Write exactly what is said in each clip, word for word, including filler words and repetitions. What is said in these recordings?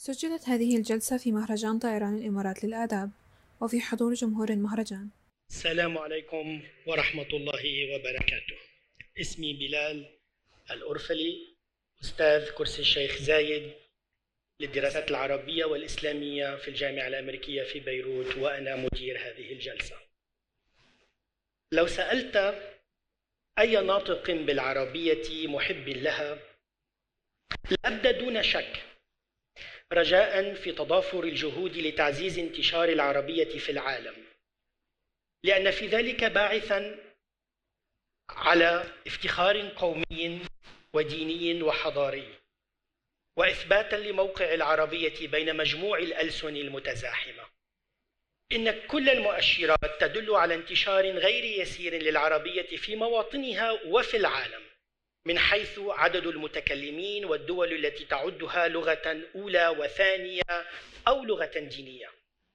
سجلت هذه الجلسة في مهرجان طيران الإمارات للآداب وفي حضور جمهور المهرجان. السلام عليكم ورحمة الله وبركاته. اسمي بلال الأرفلي، أستاذ كرسي الشيخ زايد للدراسات العربية والإسلامية في الجامعة الأمريكية في بيروت، وأنا مدير هذه الجلسة. لو سألت أي ناطق بالعربية محب لها لأبدى دون شك رجاء في تضافر الجهود لتعزيز انتشار العربية في العالم، لأن في ذلك باعثا على افتخار قومي وديني وحضاري، وإثباتا لموقع العربية بين مجموع الألسن المتزاحمة. إن كل المؤشرات تدل على انتشار غير يسير للعربية في مواطنها وفي العالم، من حيث عدد المتكلمين والدول التي تعدها لغة أولى وثانية أو لغة دينية.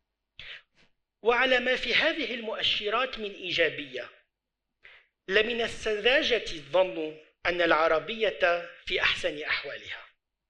وعلى ما في هذه المؤشرات من إيجابية، لمن السذاجة الظن أن العربية في أحسن أحوالها،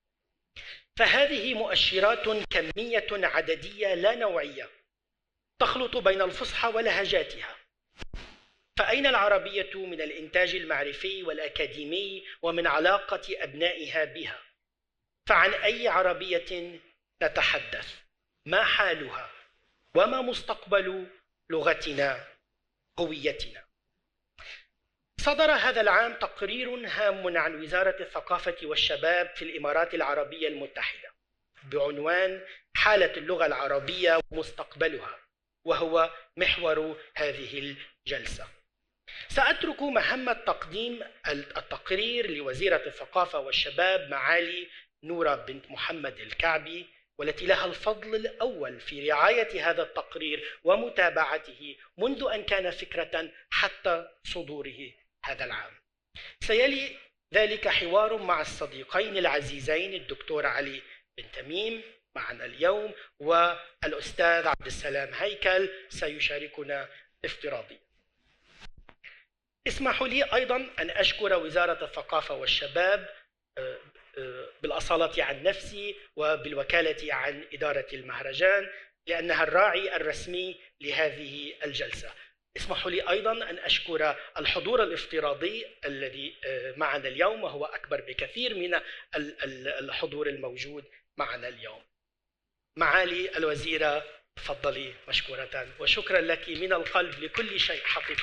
فهذه مؤشرات كمية عددية لا نوعية تخلط بين الفصحى ولهجاتها. فأين العربية من الإنتاج المعرفي والأكاديمي ومن علاقة أبنائها بها؟ فعن أي عربية نتحدث؟ ما حالها؟ وما مستقبل لغتنا هويتنا؟ صدر هذا العام تقرير هام عن وزارة الثقافة والشباب في الإمارات العربية المتحدة بعنوان حالة اللغة العربية ومستقبلها، وهو محور هذه الجلسة. سأترك مهمة تقديم التقرير لوزيرة الثقافة والشباب معالي نورة بنت محمد الكعبي، والتي لها الفضل الأول في رعاية هذا التقرير ومتابعته منذ أن كان فكرة حتى صدوره هذا العام. سيلي ذلك حوار مع الصديقين العزيزين الدكتور علي بن تميم معنا اليوم، والأستاذ عبد السلام هيكل سيشاركنا افتراضيا. اسمحوا لي أيضا أن أشكر وزارة الثقافة والشباب بالأصالة عن نفسي وبالوكالة عن إدارة المهرجان، لأنها الراعي الرسمي لهذه الجلسة. اسمحوا لي أيضا أن أشكر الحضور الافتراضي الذي معنا اليوم، وهو أكبر بكثير من الحضور الموجود معنا اليوم. معالي الوزيرة، تفضلي مشكورة، وشكرا لك من القلب لكل شيء حقيقة.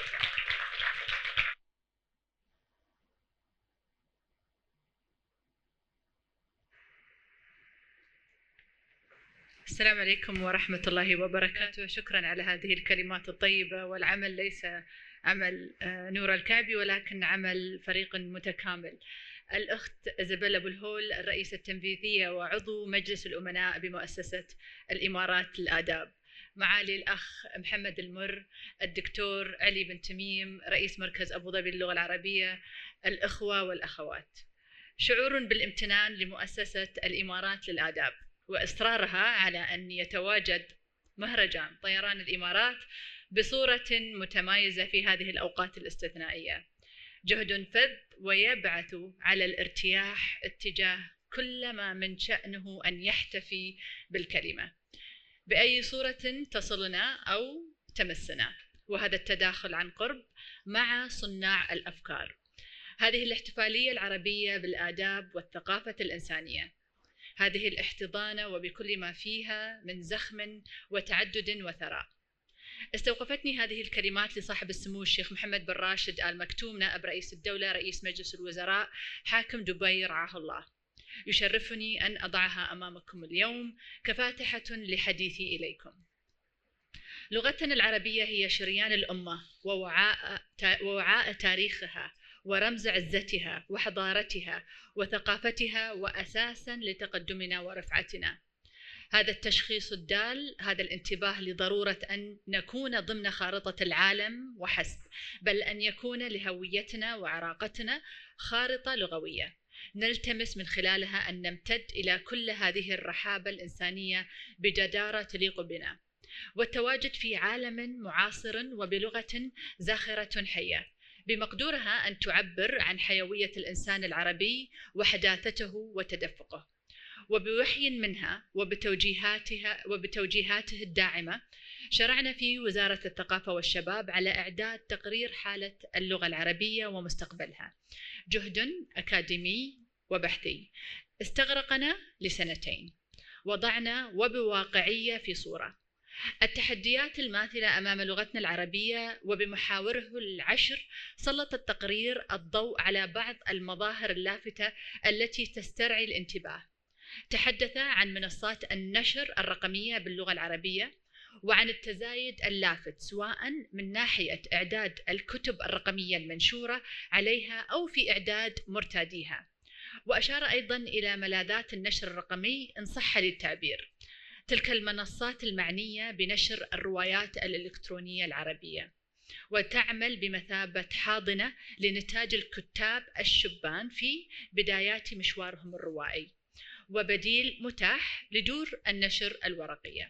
السلام عليكم ورحمة الله وبركاته. شكرا على هذه الكلمات الطيبة. والعمل ليس عمل نورة الكعبي ولكن عمل فريق متكامل. الأخت إيزابيلا أبو الهول، الرئيسة التنفيذية وعضو مجلس الأمناء بمؤسسة الإمارات للآداب. معالي الأخ محمد المر، الدكتور علي بن تميم، رئيس مركز أبو ظبي للغة العربية، الأخوة والأخوات. شعور بالامتنان لمؤسسة الإمارات للآداب وإصرارها على أن يتواجد مهرجان طيران الإمارات بصورة متميزة في هذه الأوقات الاستثنائية. جهد فذ ويبعث على الارتياح اتجاه كل ما من شأنه أن يحتفي بالكلمة بأي صورة تصلنا أو تمسنا، وهذا التداخل عن قرب مع صناع الأفكار. هذه الاحتفالية العربية بالآداب والثقافة الإنسانية، هذه الاحتضانة وبكل ما فيها من زخم وتعدد وثراء. استوقفتني هذه الكلمات لصاحب السمو الشيخ محمد بن راشد آل مكتوم، نائب رئيس الدولة رئيس مجلس الوزراء حاكم دبي رعاه الله. يشرفني أن أضعها أمامكم اليوم كفاتحة لحديثي إليكم. لغتنا العربية هي شريان الأمة ووعاء, ووعاء تاريخها ورمز عزتها وحضارتها وثقافتها وأساساً لتقدمنا ورفعتنا. هذا التشخيص الدال، هذا الانتباه لضرورة أن نكون ضمن خارطة العالم وحسب، بل أن يكون لهويتنا وعراقتنا خارطة لغوية نلتمس من خلالها أن نمتد إلى كل هذه الرحابة الإنسانية بجدارة تليق بنا، والتواجد في عالم معاصر وبلغة زاخرة حية بمقدورها أن تعبر عن حيوية الإنسان العربي وحداثته وتدفقه. وبوحي منها وبتوجيهاتها وبتوجيهاته الداعمة شرعنا في وزارة الثقافة والشباب على إعداد تقرير حالة اللغة العربية ومستقبلها، جهد أكاديمي وبحثي استغرقنا لسنتين. وضعنا وبواقعية في صورة التحديات الماثلة أمام لغتنا العربية، وبمحاوره العشر سلط التقرير الضوء على بعض المظاهر اللافتة التي تسترعي الانتباه. تحدث عن منصات النشر الرقمية باللغة العربية، وعن التزايد اللافت سواء من ناحية إعداد الكتب الرقمية المنشورة عليها أو في إعداد مرتاديها. وأشار أيضا إلى ملاذات النشر الرقمي إن صح للتعبير، تلك المنصات المعنية بنشر الروايات الإلكترونية العربية، وتعمل بمثابة حاضنة لنتاج الكتاب الشبان في بدايات مشوارهم الروائي، وبديل متاح لدور النشر الورقية.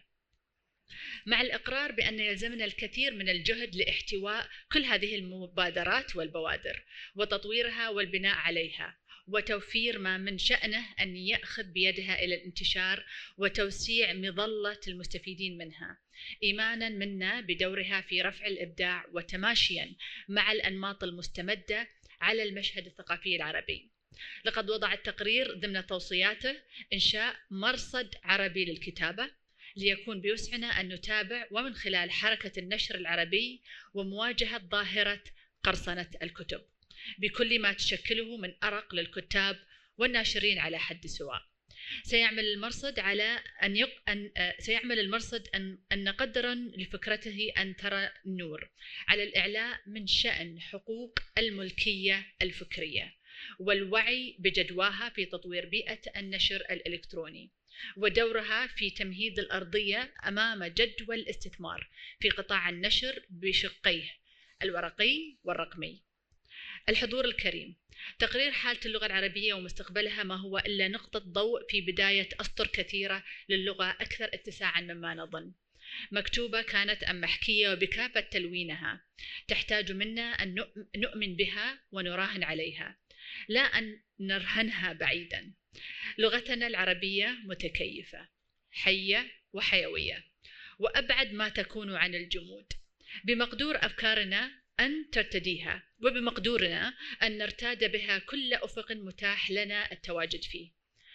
مع الإقرار بأن يلزمنا الكثير من الجهد لاحتواء كل هذه المبادرات والبوادر وتطويرها والبناء عليها، وتوفير ما من شأنه أن يأخذ بيدها إلى الانتشار وتوسيع مظلة المستفيدين منها، إيمانا منا بدورها في رفع الإبداع وتماشيا مع الأنماط المستمدة على المشهد الثقافي العربي. لقد وضع التقرير ضمن توصياته إنشاء مرصد عربي للكتابة، ليكون بوسعنا أن نتابع ومن خلال حركة النشر العربي ومواجهة ظاهرة قرصنة الكتب بكل ما تشكله من أرق للكتاب والناشرين على حد سواء. سيعمل المرصد على أن, يق... أن... سيعمل المرصد أن... أن قدرا لفكرته أن ترى النور على الإعلاء من شأن حقوق الملكية الفكرية والوعي بجدواها في تطوير بيئة النشر الإلكتروني، ودورها في تمهيد الأرضية أمام جدوى الاستثمار في قطاع النشر بشقيه الورقي والرقمي. الحضور الكريم، تقرير حالة اللغة العربية ومستقبلها ما هو إلا نقطة ضوء في بداية أسطر كثيرة للغة أكثر اتساعاً مما نظن، مكتوبة كانت أم محكية وبكافة تلوينها، تحتاج منا أن نؤمن بها ونراهن عليها، لا أن نرهنها بعيداً. لغتنا العربية متكيفة، حية وحيوية، وأبعد ما تكون عن الجمود. بمقدور أفكارنا أن ترتديها، وبمقدورنا أن نرتاد بها كل أفق متاح لنا التواجد فيه.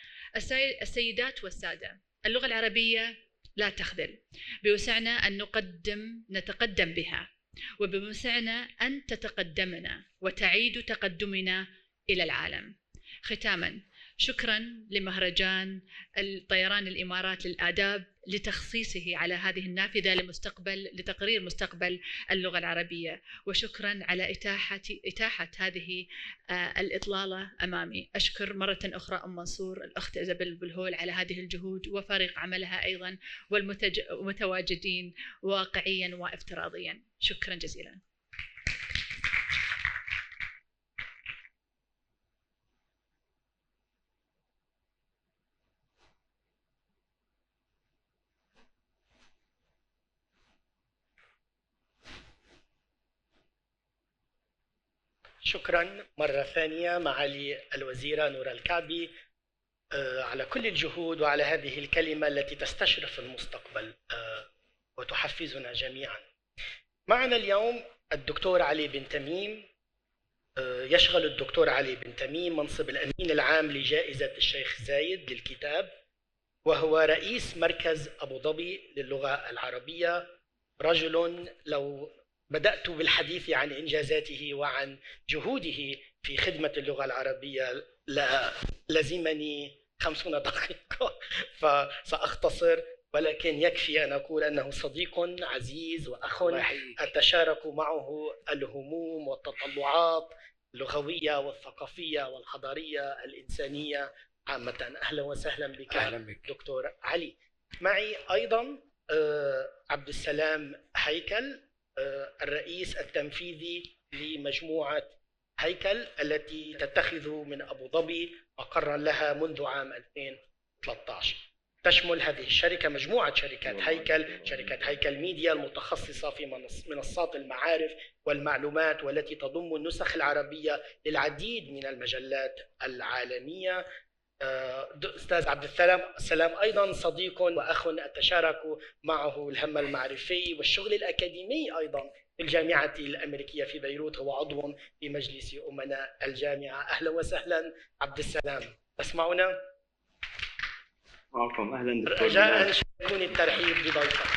السيدات والسادة، اللغة العربية لا تخذل، بوسعنا أن نقدم نتقدم بها، وبوسعنا أن تتقدمنا وتعيد تقدمنا إلى العالم. ختاماً، شكراً لمهرجان الطيران الإمارات للآداب لتخصيصه على هذه النافذة لمستقبل لتقرير مستقبل اللغة العربية، وشكراً على إتاحة إتاحة هذه الإطلالة أمامي. أشكر مرة أخرى أم منصور الأخت إيزابيل بلهول على هذه الجهود وفريق عملها أيضاً، والمتواجدين واقعياً وافتراضياً. شكراً جزيلاً. شكرا مرة ثانية معالي الوزيرة نورة الكعبي على كل الجهود وعلى هذه الكلمة التي تستشرف المستقبل وتحفزنا جميعا. معنا اليوم الدكتور علي بن تميم. يشغل الدكتور علي بن تميم منصب الأمين العام لجائزة الشيخ زايد للكتاب، وهو رئيس مركز أبو ظبي للغة العربية. رجل لو بدأت بالحديث عن إنجازاته وعن جهوده في خدمة اللغة العربية لا لزمني خمسون دقيقة، فسأختصر، ولكن يكفي أن أقول أنه صديق عزيز وأخ أتشارك معه الهموم والتطلعات اللغوية والثقافية والحضارية الإنسانية عامة. أهلا وسهلا بك. أهلا بك دكتور علي. معي أيضا عبد السلام هيكل، الرئيس التنفيذي لمجموعة هيكل التي تتخذ من أبو ظبي مقرا لها منذ عام ألفين وثلاثة عشر. تشمل هذه الشركة مجموعة شركات هيكل، شركة هيكل ميديا المتخصصة في منصات المعارف والمعلومات، والتي تضم النسخ العربية للعديد من المجلات العالمية. أستاذ عبد السلام السلام أيضا صديق وأخ أتشارك معه الهم المعرفي والشغل الأكاديمي أيضا في الجامعة الأمريكية في بيروت. هو عضو في مجلس أمناء الجامعة. أهلا وسهلا عبد السلام، تسمعنا؟ معكم. أهلا دكتور. رجاء شاركوني الترحيب بضيفك.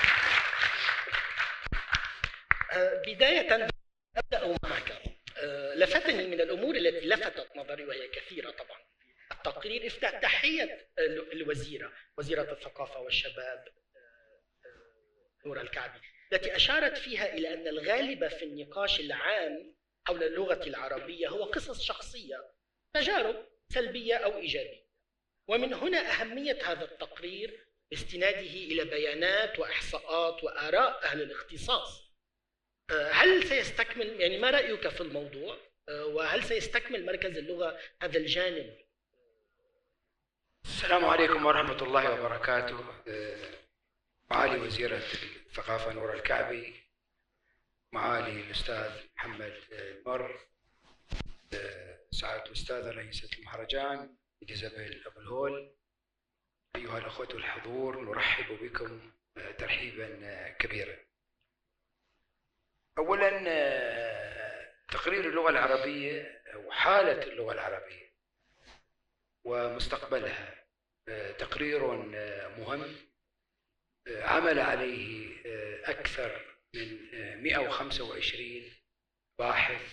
بداية أبدأ معك. لفتني من الأمور التي لفتت نظري وهي كثيرة طبعا التقرير افتتاحية الوزيرة وزيرة الثقافة والشباب نورة الكعبي التي أشارت فيها إلى أن الغالب في النقاش العام حول اللغة العربية هو قصص شخصية، تجارب سلبية أو إيجابية. ومن هنا أهمية هذا التقرير باستناده إلى بيانات وإحصاءات وآراء أهل الاختصاص. هل سيستكمل، يعني ما رأيك في الموضوع، وهل سيستكمل مركز اللغة هذا الجانب؟ السلام عليكم ورحمة الله وبركاته. معالي وزيرة الثقافة نورة الكعبي، معالي الأستاذ محمد المر، سعادة الأستاذة رئيسة المهرجان إيزابيل أبو الهول، أيها الأخوة الحضور، نرحب بكم ترحيبا كبيرا. أولا تقرير اللغة العربية وحالة اللغة العربية ومستقبلها تقرير مهم عمل عليه أكثر من مئة وخمسة وعشرين باحث،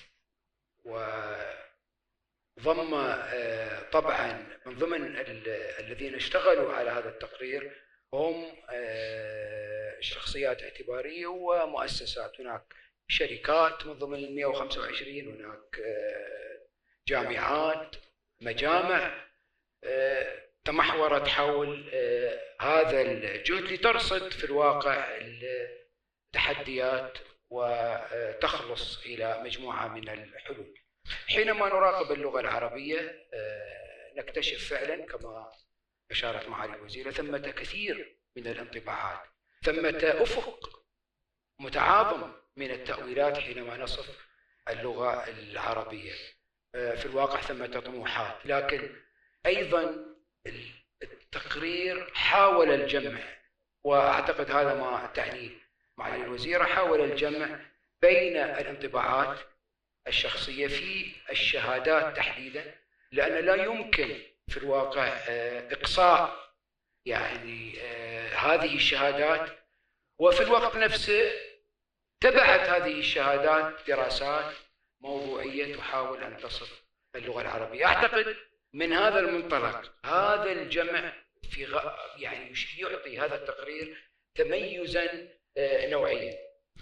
وضم طبعا من ضمن الذين اشتغلوا على هذا التقرير هم شخصيات اعتبارية ومؤسسات. هناك شركات من ضمن ال مئة وخمسة وعشرين، هناك جامعات، مجامع تمحورت حول هذا الجهد لترصد في الواقع التحديات وتخلص إلى مجموعة من الحلول. حينما نراقب اللغة العربية نكتشف فعلا كما أشارت معالي الوزيرة ثمة كثير من الانطباعات، ثمة أفق متعاظم من التأويلات حينما نصف اللغة العربية. في الواقع ثمة طموحات، لكن أيضا التقرير حاول الجمع، وأعتقد هذا ما تعنيه معالي الوزيرة، حاول الجمع بين الانطباعات الشخصية في الشهادات تحديدا، لأن لا يمكن في الواقع إقصاء يعني هذه الشهادات، وفي الوقت نفسه تبعت هذه الشهادات دراسات موضوعية تحاول أن تصف اللغة العربية. أعتقد من هذا المنطلق هذا الجمع في غ... يعني يعطي هذا التقرير تميزا نوعيا.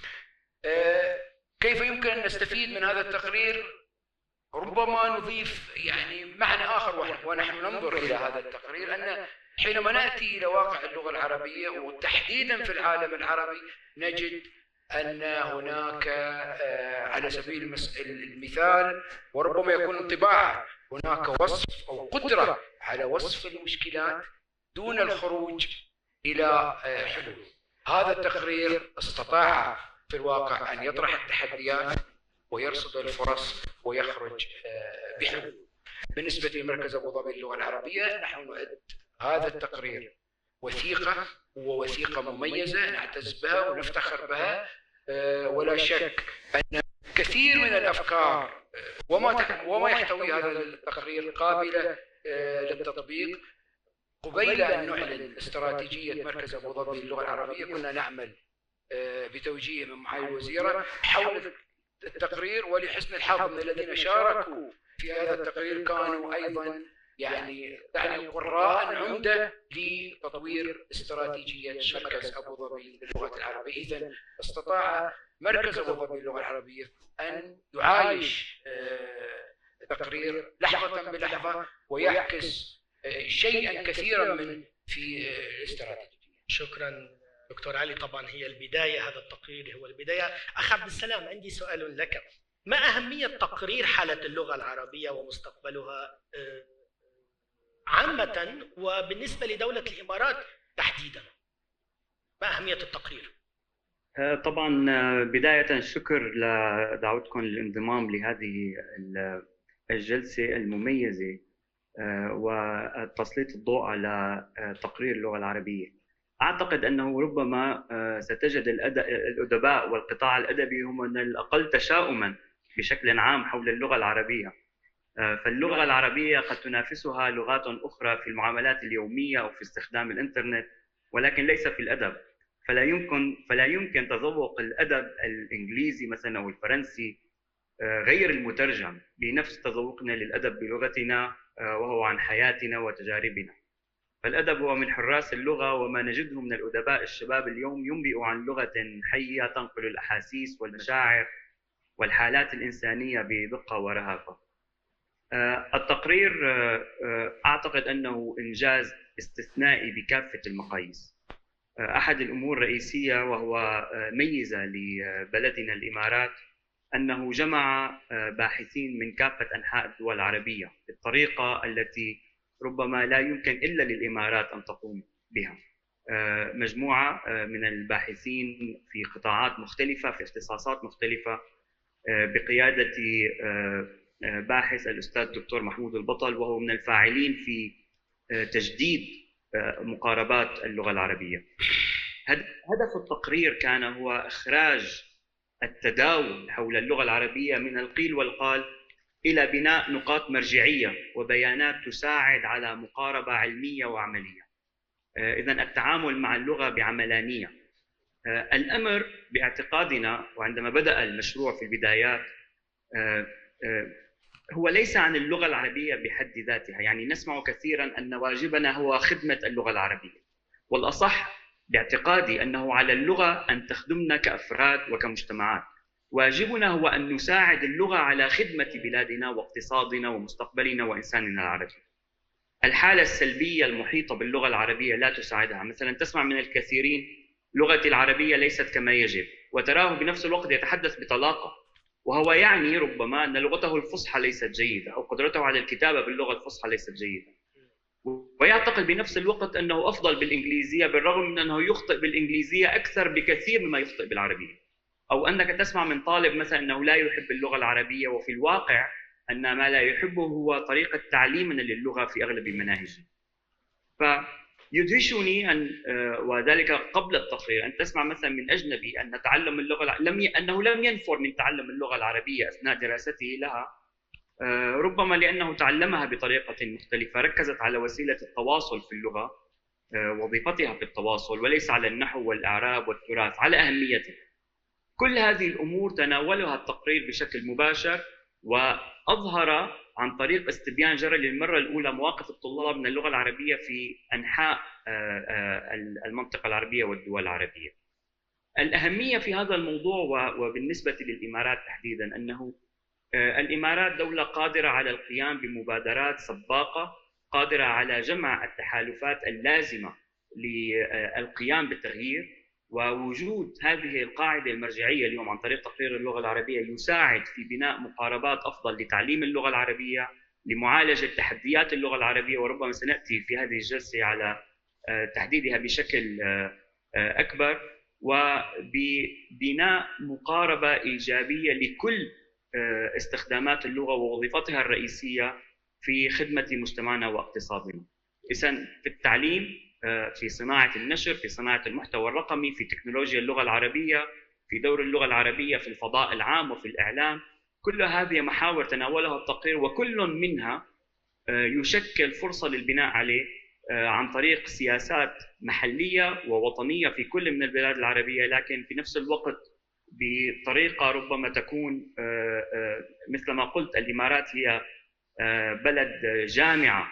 كيف يمكن أن نستفيد من هذا التقرير؟ ربما نضيف يعني معنى آخر ونحن ننظر إلى هذا التقرير، أن حينما نأتي إلى واقع اللغة العربية وتحديدا في العالم العربي نجد أن هناك على سبيل المثال وربما يكون انطباعا هناك وصف أو قدرة على وصف المشكلات دون الخروج إلى حلول. هذا التقرير استطاع في الواقع أن يطرح التحديات ويرصد الفرص ويخرج بحلول. بالنسبة لمركز أبو ظبي للغة العربية نحن نعد هذا التقرير وثيقة ووثيقة مميزة نعتز بها ونفتخر بها، ولا شك أن كثير من الأفكار وما وما يحتوي هذا التقرير قابلة للتطبيق. قبيل أن نعلن استراتيجية مركز أبو ظبي للغة العربية كنا نعمل بتوجيه من معالي الوزيرة حول التقرير، ولحسن الحظ من الذين شاركوا في هذا التقرير كانوا أيضا يعني يعني قراء عمدة لتطوير استراتيجية مركز أبو ظبي للغة العربية. إذن استطاع مركز أبو ظبي للغة العربية أن يعايش التقرير لحظة بلحظة ويعكس شيئا كثيرا من في الاستراتيجية. شكرا دكتور علي. طبعا هي البداية، هذا التقرير هو البداية. أخ عبد السلام، عندي سؤال لك. ما أهمية تقرير حالة اللغة العربية ومستقبلها عامة وبالنسبة لدولة الإمارات تحديدا؟ ما أهمية التقرير؟ طبعا بداية شكر لدعوتكم للانضمام لهذه الجلسة المميزة وتسليط الضوء على تقرير اللغة العربية. أعتقد أنه ربما ستجد الأدباء والقطاع الأدبي هم من الأقل تشاؤما بشكل عام حول اللغة العربية، فاللغة العربية قد تنافسها لغات أخرى في المعاملات اليومية أو في استخدام الإنترنت، ولكن ليس في الأدب. فلا يمكن فلا يمكن تذوق الأدب الإنجليزي مثلا أو الفرنسي غير المترجم بنفس تذوقنا للأدب بلغتنا وهو عن حياتنا وتجاربنا. فالأدب هو من حراس اللغة، وما نجده من الأدباء الشباب اليوم ينبئ عن لغة حية تنقل الأحاسيس والمشاعر والحالات الإنسانية بدقة ورهافة. التقرير أعتقد أنه إنجاز استثنائي بكافة المقاييس. أحد الأمور الرئيسية وهو ميزة لبلدنا الإمارات أنه جمع باحثين من كافة أنحاء الدول العربية بالطريقة التي ربما لا يمكن إلا للإمارات أن تقوم بها. مجموعة من الباحثين في قطاعات مختلفة في اختصاصات مختلفة بقيادة باحث الأستاذ الدكتور محمود البطل، وهو من الفاعلين في تجديد مقاربات اللغة العربية. هدف التقرير كان هو إخراج التداول حول اللغة العربية من القيل والقال إلى بناء نقاط مرجعية وبيانات تساعد على مقاربة علمية وعملية. إذن التعامل مع اللغة بعملانية. الأمر باعتقادنا وعندما بدأ المشروع في البدايات هو ليس عن اللغة العربية بحد ذاتها، يعني نسمع كثيرا أن واجبنا هو خدمة اللغة العربية، والأصح باعتقادي أنه على اللغة أن تخدمنا كأفراد وكمجتمعات. واجبنا هو أن نساعد اللغة على خدمة بلادنا واقتصادنا ومستقبلنا وإنساننا العربي. الحالة السلبية المحيطة باللغة العربية لا تساعدها. مثلا تسمع من الكثيرين لغتي العربية ليست كما يجب، وتراه بنفس الوقت يتحدث بطلاقة، وهو يعني ربما أن لغته الفصحى ليست جيدة أو قدرته على الكتابة باللغة الفصحى ليست جيدة، ويعتقد بنفس الوقت أنه أفضل بالإنجليزية بالرغم من أنه يخطئ بالإنجليزية أكثر بكثير مما يخطئ بالعربية. أو أنك تسمع من طالب مثلا أنه لا يحب اللغة العربية، وفي الواقع أن ما لا يحبه هو طريقة تعليمنا للغة في أغلب المناهج. فيدهشني أن وذلك قبل التقرير أن تسمع مثلا من أجنبي أن تعلم اللغة لم ي... أنه لم ينفر من تعلم اللغة العربية أثناء دراسته لها، ربما لأنه تعلمها بطريقة مختلفة ركزت على وسيلة التواصل في اللغة، وظيفتها في التواصل وليس على النحو والإعراب والتراث، على أهميته. كل هذه الأمور تناولها التقرير بشكل مباشر، وأظهر عن طريق استبيان جرى للمرة الأولى مواقف الطلاب من اللغة العربية في أنحاء المنطقة العربية والدول العربية. الأهمية في هذا الموضوع وبالنسبة للإمارات تحديداً أنه الإمارات دولة قادرة على القيام بمبادرات سباقة، قادرة على جمع التحالفات اللازمة للقيام بالتغيير، ووجود هذه القاعدة المرجعية اليوم عن طريق تقرير اللغة العربية يساعد في بناء مقاربات أفضل لتعليم اللغة العربية، لمعالجة تحديات اللغة العربية، وربما سنأتي في هذه الجلسة على تحديدها بشكل أكبر، وببناء مقاربة إيجابية لكل استخدامات اللغة ووظيفتها الرئيسية في خدمة مجتمعنا واقتصادنا. إذن في التعليم، في صناعة النشر، في صناعة المحتوى الرقمي، في تكنولوجيا اللغة العربية، في دور اللغة العربية في الفضاء العام وفي الإعلام، كل هذه محاور تناولها التقرير، وكل منها يشكل فرصة للبناء عليه عن طريق سياسات محلية ووطنية في كل من البلاد العربية، لكن في نفس الوقت بطريقة ربما تكون مثل ما قلت الإمارات هي بلد جامعة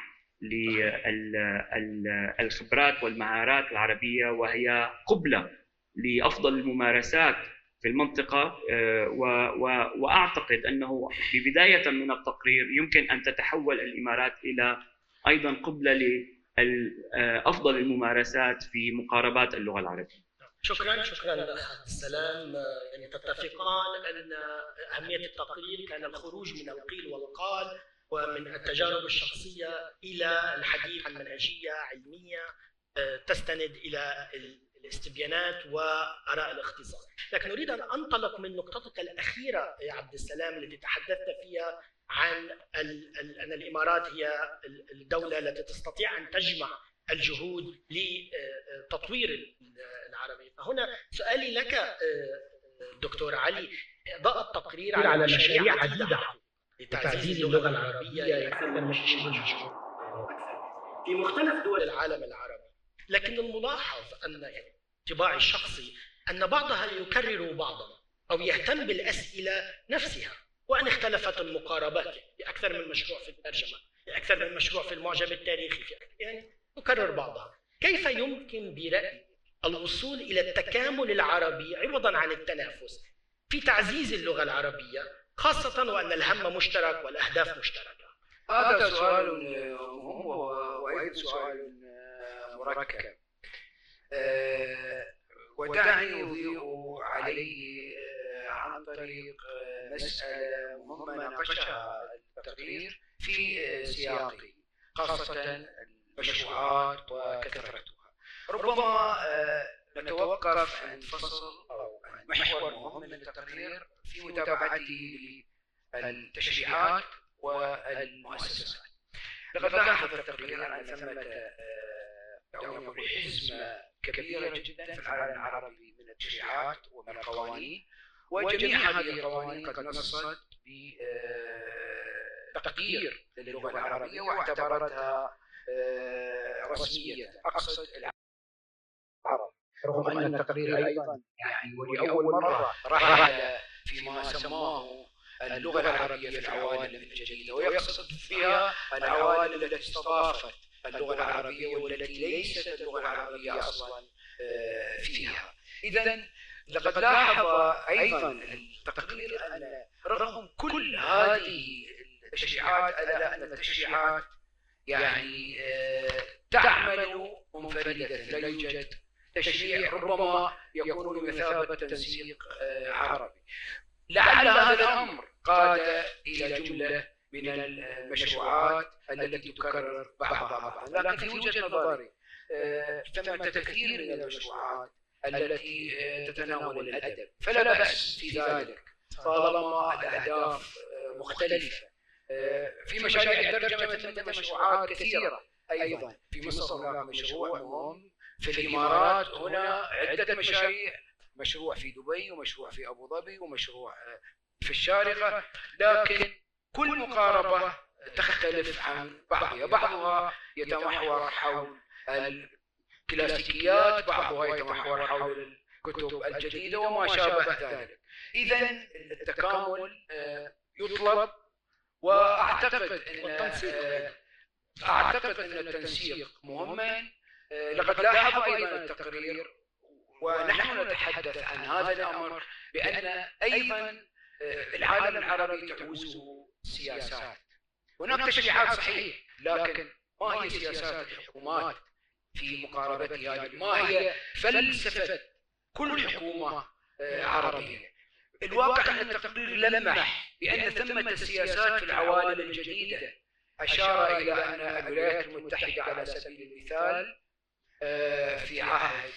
للخبرات والمهارات العربية، وهي قبلة لأفضل الممارسات في المنطقة، وأعتقد أنه ببداية من التقرير يمكن أن تتحول الإمارات إلى أيضا قبلة لأفضل الممارسات في مقاربات اللغة العربية. شكرا شكرا أخ عبد السلام. يعني تتفقان أن أهمية التقرير كان الخروج من القيل والقال ومن التجارب الشخصية إلى الحديث عن منهجية علمية تستند إلى الاستبيانات وآراء الاختصاص. لكن أريد أن أنطلق من نقطتك الأخيرة يا عبد السلام التي تحدثت فيها عن أن الإمارات هي الدولة التي تستطيع أن تجمع الجهود لتطوير العربية. فهنا سؤالي لك دكتور علي، ضاء التقرير على مشاريع عديدة لتعزيز اللغة العربية أكثر من عشرين مشروع في مختلف دول العالم العربي، لكن الملاحظ أن يعني انطباعي الشخصي أن بعضها يكرر بعضا أو يهتم بالأسئلة نفسها، وأن اختلفت المقاربات أكثر من مشروع في الترجمة، أكثر من مشروع في المعجم التاريخي، يعني يكرر بعضها. كيف يمكن برأيك الوصول إلى التكامل العربي عوضا عن التنافس في تعزيز اللغة العربية، خاصة وأن الهم مشترك والأهداف مشتركة؟ هذا سؤال مهم وأيضا سؤال مركب، ودعني أضيء عليه عن طريق مسألة مهمة ناقشها التقرير في سياقه، خاصة المشروعات وكثرتها. ربما نتوقف عند فصل أو عند محور مهم من التقرير في متابعته للتشريعات والمؤسسات. لقد لاحظ التقرير أن ثمة حزمة كبيرة جدا في العالم العربي من التشريعات ومن القوانين، وجميع هذه القوانين قد نصت بتقدير للغة العربية واعتبرتها رسمية. أقصد العرب، رغم أن التقرير أيضا يعني ولأول مرة رحل فيما سماه اللغة العربية في العوالم الجديدة، ويقصد فيها العوالم التي استضافت اللغة العربية والتي ليست اللغة العربية أصلا فيها. إذن لقد لاحظ أيضا التقرير أن رغم كل هذه التشريعات ألا أن التشريعات يعني تعمل منفردة، لا يوجد تشريع ربما يكون بمثابة تنسيق عربي. لعل هذا الأمر قاد إلى جملة من المشروعات التي تكرر بعضها بعضا، لكن في وجهة نظري ثمة كثير من المشروعات التي تتناول الأدب، فلا بأس في ذلك طالما الأهداف مختلفة. في مشاريع الترجمة ثمة مشروعات كثيرة أيضا. في مصر هناك مشروع مهم، في الإمارات هنا عدة مشاريع، مشروع في دبي ومشروع في أبو ظبي ومشروع في الشارقة، لكن كل مقاربة تختلف عن بعضها. بعضها يتمحور حول الكلاسيكيات، بعضها يتمحور حول الكتب الجديدة وما شابه ذلك. إذن التكامل يطلب، وأعتقد أن أعتقد أن التنسيق مهما. لقد لاحظ أيضا التقرير ونحن نتحدث عن هذا الأمر بأن أيضا العالم العربي تعوزه سياسات. هناك تشريعات صحيح، لكن ما هي سياسات الحكومات في مقاربتها؟ ما هي فلسفة كل حكومة عربية؟ الواقع أن التقرير لمح بأن ثمة سياسات في العوالم الجديدة. أشار إلى أن الولايات المتحدة على سبيل المثال في عهد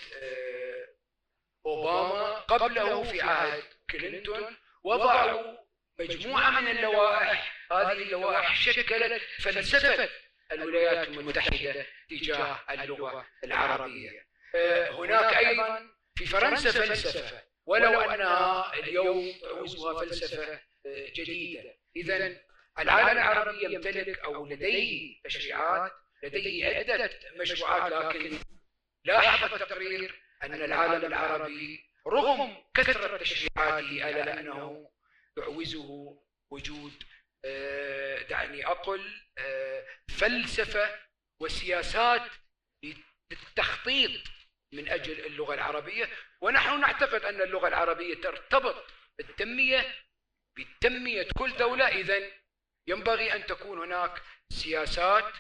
أوباما، قبله في عهد كلينتون، وضعوا مجموعة من اللوائح. هذه اللوائح شكلت فلسفة الولايات المتحدة تجاه اللغة العربية. هناك أيضا في فرنسا فلسفة، ولو أنها اليوم تعوزها فلسفة جديدة. إذن العالم العربي يمتلك أو لديه تشريعات، لديه عدة مشروعات، لكن لاحظ التقرير أن العالم العربي رغم كثرة تشريعاته ألا أنه يعوزه وجود دعني أقل فلسفة وسياسات للتخطيط من أجل اللغة العربية. ونحن نعتقد أن اللغة العربية ترتبط بالتنمية بتنمية كل دولة. إذن ينبغي أن تكون هناك سياسات.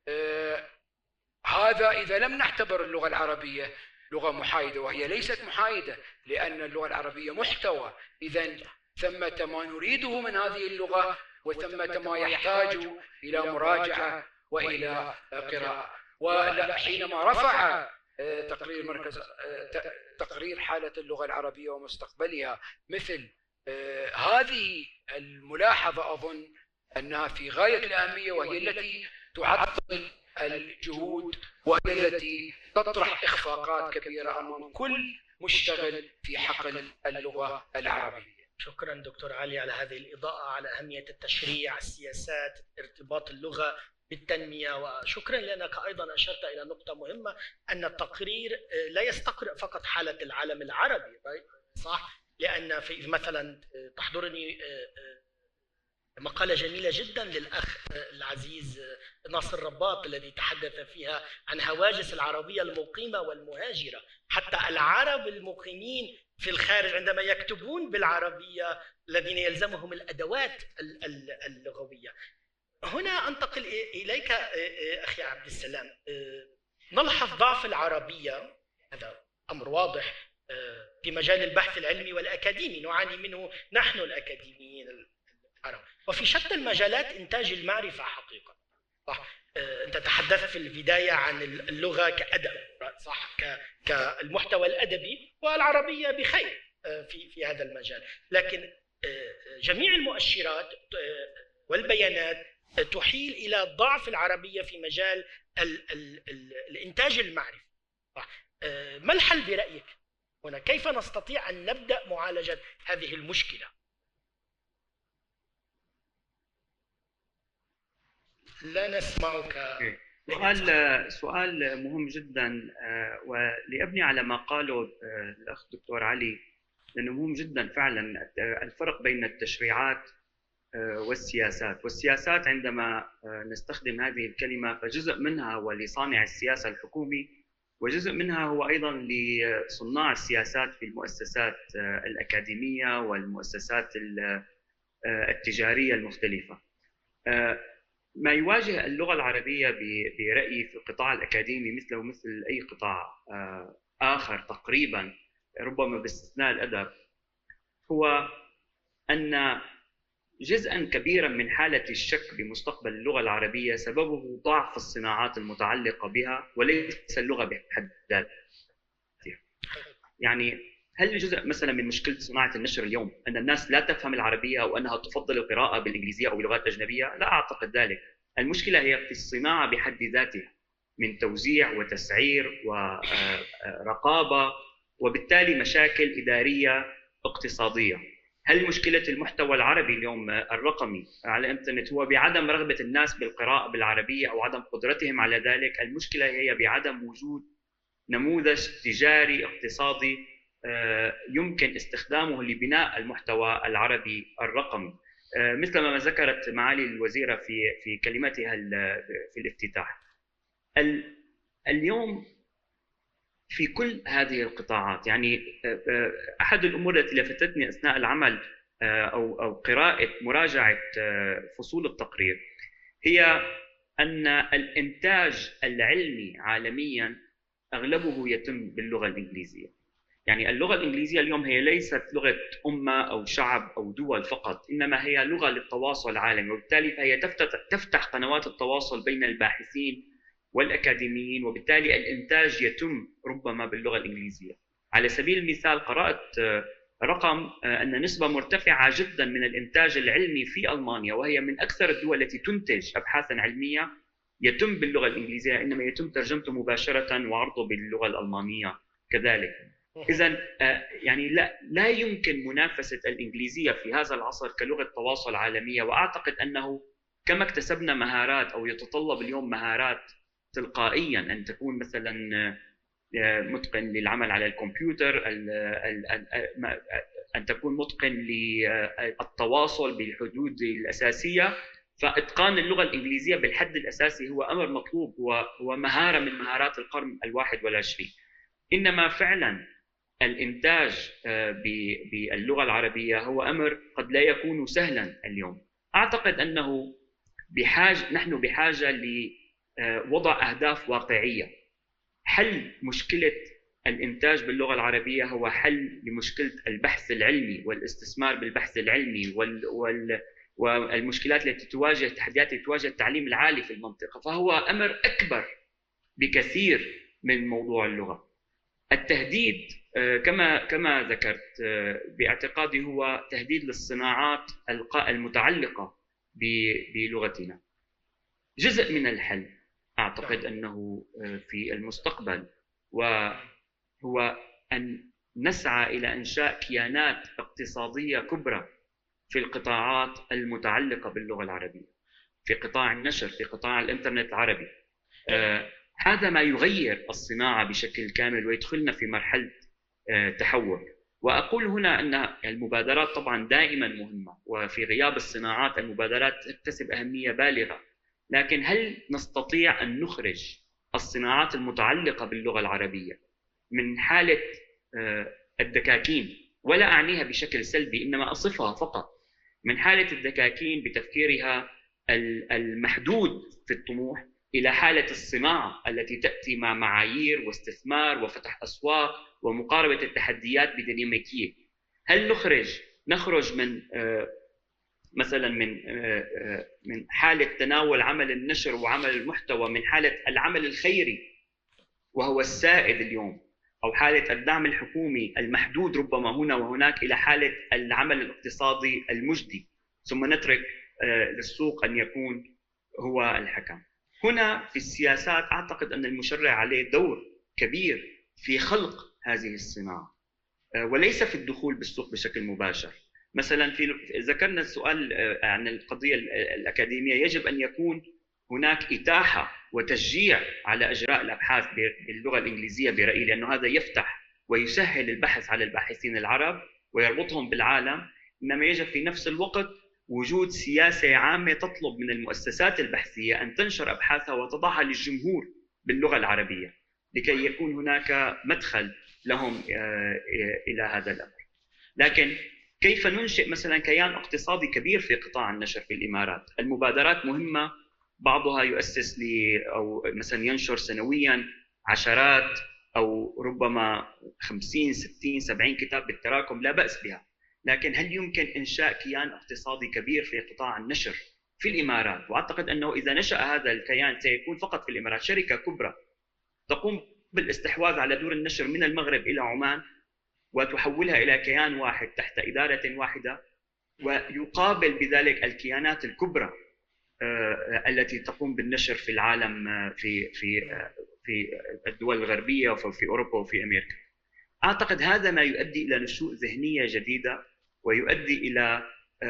هذا إذا لم نعتبر اللغة العربية لغة محايدة، وهي ليست محايدة لأن اللغة العربية محتوى. إذن ثمة ما نريده من هذه اللغة، وثمة ما يحتاج إلى مراجعة وإلى قراءة. وحينما رفع تقرير مركز تقرير حالة اللغة العربية ومستقبلها مثل هذه الملاحظة، أظن أنها في غاية الأهمية، وهي التي تعطل الجهود، وهي التي تطرح إخفاقات كبيرة أمام كل مشتغل في حقل اللغة العربية. شكرا دكتور علي على هذه الإضاءة على أهمية التشريع، السياسات، ارتباط اللغة بالتنمية، وشكرا لأنك أيضا أشرت إلى نقطة مهمة أن التقرير لا يستقرئ فقط حالة العالم العربي، صح؟ لأن في مثلا تحضرني مقالة جميلة جدا للأخ العزيز ناصر رباط الذي تحدث فيها عن هواجس العربية المقيمة والمهاجرة، حتى العرب المقيمين في الخارج عندما يكتبون بالعربية الذين يلزمهم الأدوات اللغوية. هنا أنتقل إليك أخي عبد السلام. نلحظ ضعف العربية، هذا أمر واضح في مجال البحث العلمي والأكاديمي، نعاني منه نحن الأكاديميين العرب، وفي شتى المجالات إنتاج المعرفة حقيقة، صح؟ أنت تحدثت في البداية عن اللغة كأدب، صح؟ كالمحتوى الأدبي، والعربية بخير في في هذا المجال، لكن جميع المؤشرات والبيانات تحيل إلى ضعف العربية في مجال ال ال ال الإنتاج المعرفي. ما الحل برأيك هنا؟ كيف نستطيع أن نبدأ معالجة هذه المشكلة؟ لا نسمعك. سؤال سؤال مهم جدا، ولأبني على ما قاله الأخ دكتور علي، لأنه مهم جدا فعلا الفرق بين التشريعات والسياسات. والسياسات عندما نستخدم هذه الكلمة فجزء منها هو لصانع السياسة الحكومي، وجزء منها هو أيضا لصناع السياسات في المؤسسات الأكاديمية والمؤسسات التجارية المختلفة. ما يواجه اللغة العربية برأيي في القطاع الأكاديمي مثله مثل أي قطاع آخر تقريبا، ربما باستثناء الأدب، هو أن جزءا كبيرا من حالة الشك بمستقبل اللغة العربية سببه ضعف الصناعات المتعلقة بها وليس اللغة بحد ذاتها. يعني هل جزء مثلا من مشكلة صناعة النشر اليوم أن الناس لا تفهم العربية أو أنها تفضل القراءة بالإنجليزية أو بلغات أجنبية؟ لا أعتقد ذلك. المشكلة هي في الصناعة بحد ذاتها من توزيع وتسعير ورقابة، وبالتالي مشاكل إدارية اقتصادية. هل مشكلة المحتوى العربي اليوم الرقمي على الإنترنت هو بعدم رغبة الناس بالقراءة بالعربية أو عدم قدرتهم على ذلك؟ المشكلة هي بعدم وجود نموذج تجاري اقتصادي يمكن استخدامه لبناء المحتوى العربي الرقمي، مثل ما ذكرت معالي الوزيرة في في كلمتها في الافتتاح. اليوم في كل هذه القطاعات، يعني أحد الأمور التي لفتتني أثناء العمل أو أو قراءة مراجعة فصول التقرير هي أن الإنتاج العلمي عالميا أغلبه يتم باللغة الإنجليزية. يعني اللغة الإنجليزية اليوم هي ليست لغة أمة أو شعب أو دول فقط، إنما هي لغة للتواصل العالمي، وبالتالي فهي تفتح قنوات التواصل بين الباحثين والأكاديميين، وبالتالي الإنتاج يتم ربما باللغة الإنجليزية. على سبيل المثال قرأت رقم أن نسبة مرتفعة جدا من الإنتاج العلمي في ألمانيا، وهي من أكثر الدول التي تنتج أبحاثا علمية، يتم باللغة الإنجليزية، إنما يتم ترجمته مباشرة وعرضه باللغة الألمانية كذلك. إذن يعني لا لا يمكن منافسة الإنجليزية في هذا العصر كلغة تواصل عالمية. وأعتقد أنه كما اكتسبنا مهارات أو يتطلب اليوم مهارات تلقائيا أن تكون مثلا متقن للعمل على الكمبيوتر، أن تكون متقن للتواصل بالحدود الأساسية، فإتقان اللغة الإنجليزية بالحد الأساسي هو أمر مطلوب، هو مهارة من مهارات القرن الواحد والعشرين. إنما فعلا الإنتاج باللغة العربية هو أمر قد لا يكون سهلا اليوم. أعتقد أنه بحاجة نحن بحاجة لوضع أهداف واقعية. حل مشكلة الإنتاج باللغة العربية هو حل لمشكلة البحث العلمي والاستثمار بالبحث العلمي وال وال والمشكلات التي تواجه التحديات التي تواجه التعليم العالي في المنطقة، فهو أمر أكبر بكثير من موضوع اللغة. التهديد كما كما ذكرت باعتقادي هو تهديد للصناعات المتعلقة بلغتنا. جزء من الحل أعتقد أنه في المستقبل وهو أن نسعى إلى إنشاء كيانات اقتصادية كبرى في القطاعات المتعلقة باللغة العربية، في قطاع النشر، في قطاع الإنترنت العربي. آه هذا ما يغير الصناعة بشكل كامل ويدخلنا في مرحلة آه تحول. وأقول هنا أن المبادرات طبعا دائما مهمة، وفي غياب الصناعات المبادرات تكتسب أهمية بالغة، لكن هل نستطيع أن نخرج الصناعات المتعلقة باللغة العربية من حالة آه الدكاكين، ولا أعنيها بشكل سلبي إنما أصفها فقط، من حالة الدكاكين بتفكيرها المحدود في الطموح إلى حالة الصناعة التي تأتي مع معايير واستثمار وفتح أسواق ومقاربة التحديات بديناميكية؟ هل نخرج نخرج من مثلا من من حالة تناول عمل النشر وعمل المحتوى من حالة العمل الخيري وهو السائد اليوم، أو حالة الدعم الحكومي المحدود ربما هنا وهناك، إلى حالة العمل الاقتصادي المجدي، ثم نترك للسوق أن يكون هو الحكم؟ هنا في السياسات أعتقد أن المشرع عليه دور كبير في خلق هذه الصناعة وليس في الدخول بالسوق بشكل مباشر. مثلا في ذكرنا السؤال عن القضية الأكاديمية، يجب أن يكون هناك إتاحة وتشجيع على إجراء الأبحاث باللغة الإنجليزية برأيي، لأنه هذا يفتح ويسهل البحث على الباحثين العرب ويربطهم بالعالم. إنما يجب في نفس الوقت وجود سياسة عامة تطلب من المؤسسات البحثية أن تنشر أبحاثها وتضعها للجمهور باللغة العربية لكي يكون هناك مدخل لهم إلى هذا الأمر. لكن كيف ننشئ مثلا كيان اقتصادي كبير في قطاع النشر في الإمارات؟ المبادرات مهمة، بعضها يؤسس لي أو مثلا ينشر سنويا عشرات أو ربما خمسين ستين سبعين كتاب بالتراكم، لا بأس بها. لكن هل يمكن إنشاء كيان اقتصادي كبير في قطاع النشر في الإمارات؟ وأعتقد أنه إذا نشأ هذا الكيان سيكون فقط في الإمارات، شركة كبرى تقوم بالاستحواذ على دور النشر من المغرب إلى عمان وتحولها إلى كيان واحد تحت إدارة واحدة، ويقابل بذلك الكيانات الكبرى التي تقوم بالنشر في العالم في في في الدول الغربية وفي أوروبا وفي أمريكا. أعتقد هذا ما يؤدي إلى نشوء ذهنية جديدة ويؤدي إلى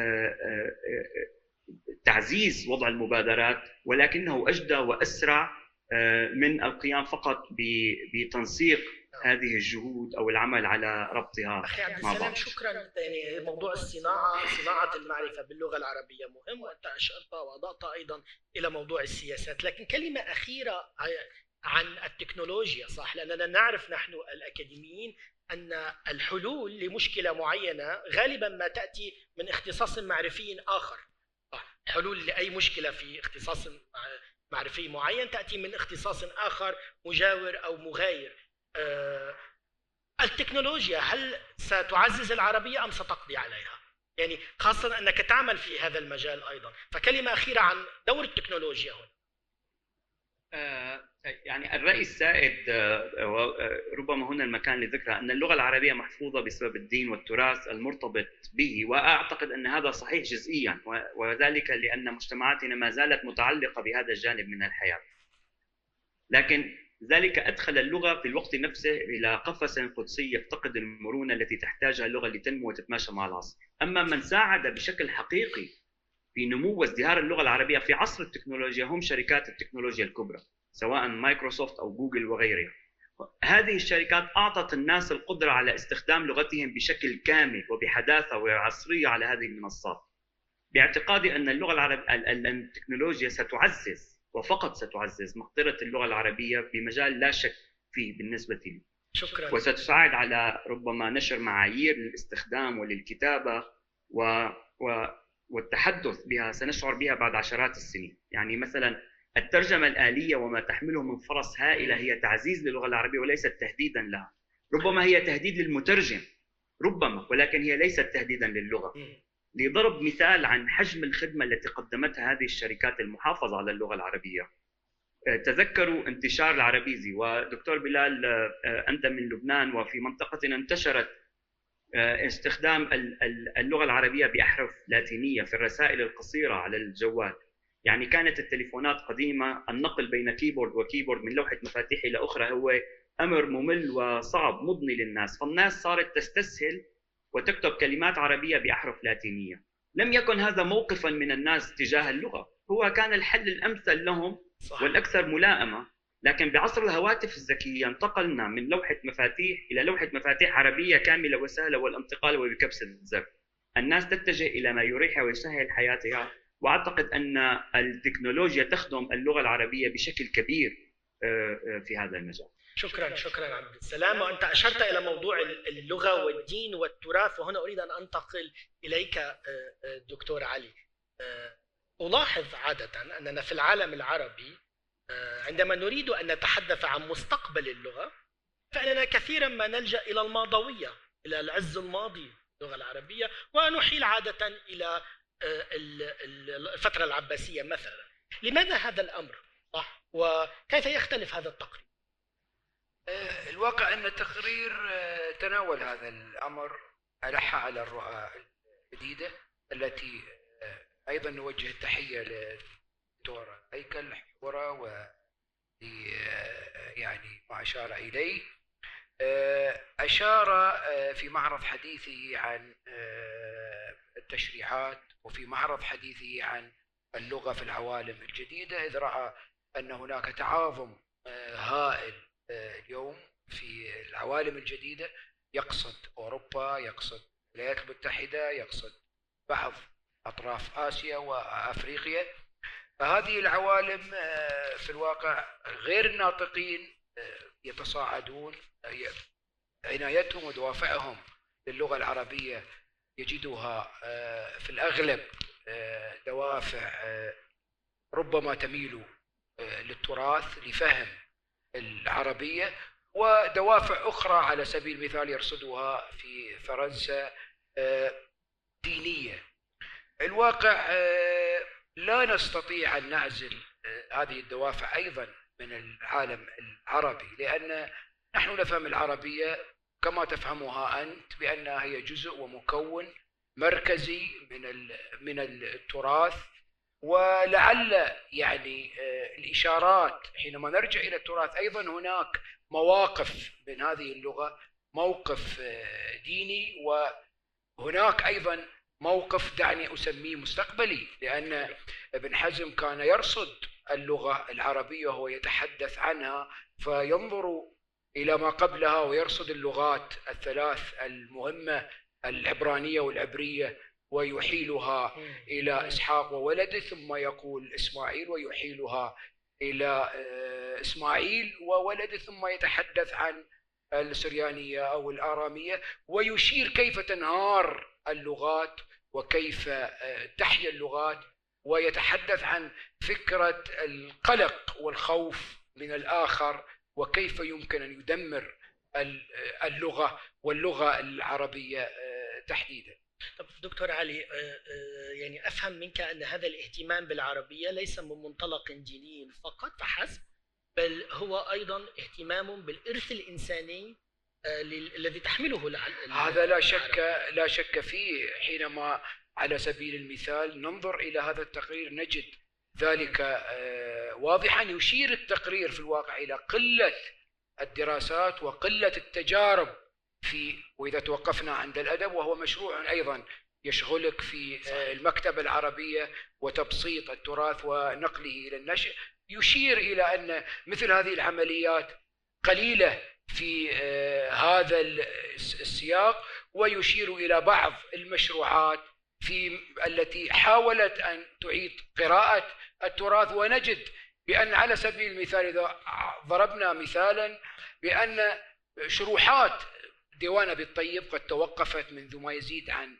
تعزيز وضع المبادرات، ولكنه أجدى وأسرع من القيام فقط بتنسيق هذه الجهود أو العمل على ربطها أخي عبد مع السلام، بعض. شكرا. يعني موضوع الصناعة، صناعة المعرفة باللغة العربية مهم، وأنت أشرت وأضأت أيضا إلى موضوع السياسات. لكن كلمة أخيرة عن التكنولوجيا، صح؟ لأننا نعرف نحن الأكاديميين أن الحلول لمشكلة معينة غالبا ما تأتي من اختصاص معرفي آخر. حلول لأي مشكلة في اختصاص معرفي معين تأتي من اختصاص آخر مجاور أو مغاير. أه التكنولوجيا هل ستعزز العربية أم ستقضي عليها؟ يعني خاصة أنك تعمل في هذا المجال أيضا، فكلمة أخيرة عن دور التكنولوجيا هنا. آه يعني الرأي السائد آه ربما هنا المكان لذكره أن اللغة العربية محفوظة بسبب الدين والتراث المرتبط به، وأعتقد أن هذا صحيح جزئيا، وذلك لأن مجتمعاتنا ما زالت متعلقة بهذا الجانب من الحياة. لكن ذلك أدخل اللغة في الوقت نفسه إلى قفص قدسي يفتقد المرونة التي تحتاجها اللغة لتنمو وتتماشى مع العصر. أما من ساعد بشكل حقيقي في نمو وازدهار اللغة العربية في عصر التكنولوجيا هم شركات التكنولوجيا الكبرى، سواء مايكروسوفت أو جوجل وغيرها. هذه الشركات أعطت الناس القدرة على استخدام لغتهم بشكل كامل وبحداثة وعصرية على هذه المنصات. باعتقادي أن اللغة العربية التكنولوجيا ستعزز وفقط ستعزز مقدرة اللغة العربية بمجال لا شك فيه بالنسبة لي. شكرا. وستساعد على ربما نشر معايير للاستخدام وللكتابة و... و... والتحدث بها سنشعر بها بعد عشرات السنين. يعني مثلا الترجمة الآلية وما تحمله من فرص هائلة هي تعزيز للغة العربية وليست تهديدا لها. ربما هي تهديد للمترجم ربما، ولكن هي ليست تهديدا للغة. لضرب مثال عن حجم الخدمة التي قدمتها هذه الشركات المحافظة على اللغة العربية، تذكروا انتشار العربيزي، ودكتور بلال أنت من لبنان وفي منطقتنا انتشرت استخدام اللغة العربية بأحرف لاتينية في الرسائل القصيرة على الجوال. يعني كانت التليفونات قديمة النقل بين كيبورد وكيبورد من لوحة مفاتيح إلى أخرى هو أمر ممل وصعب مضني للناس، فالناس صارت تستسهل وتكتب كلمات عربية بأحرف لاتينية. لم يكن هذا موقفا من الناس تجاه اللغة، هو كان الحل الأمثل لهم والأكثر ملائمة. لكن بعصر الهواتف الذكية انتقلنا من لوحة مفاتيح إلى لوحة مفاتيح عربية كاملة وسهلة، والانتقال هو بكبسة زر. الناس تتجه إلى ما يريحها ويسهل حياتها، وأعتقد أن التكنولوجيا تخدم اللغة العربية بشكل كبير في هذا المجال. شكرا شكرا عبد السلام. وأنت أشرت إلى موضوع اللغة والدين والتراث، وهنا أريد أن أنتقل إليك دكتور علي. ألاحظ عادة أننا في العالم العربي عندما نريد أن نتحدث عن مستقبل اللغة فإننا كثيرا ما نلجأ إلى الماضوية، إلى العز الماضي اللغة العربية، ونحيل عادة إلى الفترة العباسية مثلا. لماذا هذا الأمر؟ صح؟ وكيف يختلف هذا التقرير؟ الواقع أن التقرير تناول هذا الأمر، ألح على الرؤى الجديدة التي أيضا نوجه التحية للدكتور هيكل حوره و يعني ما أشار إليه. أشار في معرض حديثه عن التشريعات وفي معرض حديثه عن اللغة في العوالم الجديدة، إذ رأى أن هناك تعاظم هائل اليوم في العوالم الجديدة، يقصد أوروبا، يقصد الولايات المتحدة، يقصد بعض أطراف آسيا وأفريقيا. فهذه العوالم في الواقع غير الناطقين يتصاعدون، عنايتهم ودوافعهم للغة العربية يجدها في الأغلب دوافع ربما تميل للتراث لفهم العربية، ودوافع أخرى على سبيل المثال يرصدها في فرنسا دينية. الواقع لا نستطيع أن نعزل هذه الدوافع أيضا من العالم العربي، لأن نحن نفهم العربية كما تفهمها أنت بأنها هي جزء ومكون مركزي من من التراث. ولعل يعني الإشارات حينما نرجع إلى التراث أيضا هناك مواقف من هذه اللغة، موقف ديني، وهناك أيضا موقف دعني أسميه مستقبلي، لأن ابن حزم كان يرصد اللغة العربية وهو يتحدث عنها فينظر إلى ما قبلها ويرصد اللغات الثلاث المهمة العبرانية والعبرية ويحيلها إلى إسحاق وولده، ثم يقول إسماعيل ويحيلها إلى إسماعيل وولده، ثم يتحدث عن السريانية أو الآرامية، ويشير كيف تنهار اللغات وكيف تحيا اللغات، ويتحدث عن فكرة القلق والخوف من الآخر وكيف يمكن أن يدمر اللغة واللغة العربية تحديدا. طب دكتور علي، يعني أفهم منك أن هذا الاهتمام بالعربية ليس من منطلق ديني فقط فحسب، بل هو أيضا اهتمام بالإرث الإنساني الذي تحمله العربية. هذا لا شك لا شك فيه. حينما على سبيل المثال ننظر إلى هذا التقرير نجد ذلك واضحا. يشير التقرير في الواقع إلى قلة الدراسات وقلة التجارب في، وإذا توقفنا عند الأدب وهو مشروع أيضا يشغلك في المكتبة العربية وتبسيط التراث ونقله إلى النشر، يشير إلى أن مثل هذه العمليات قليلة في هذا السياق، ويشير إلى بعض المشروعات في التي حاولت أن تعيد قراءة التراث. ونجد بأن على سبيل المثال إذا ضربنا مثالا بأن شروحات ديوان أبي الطيب قد توقفت منذ ما يزيد عن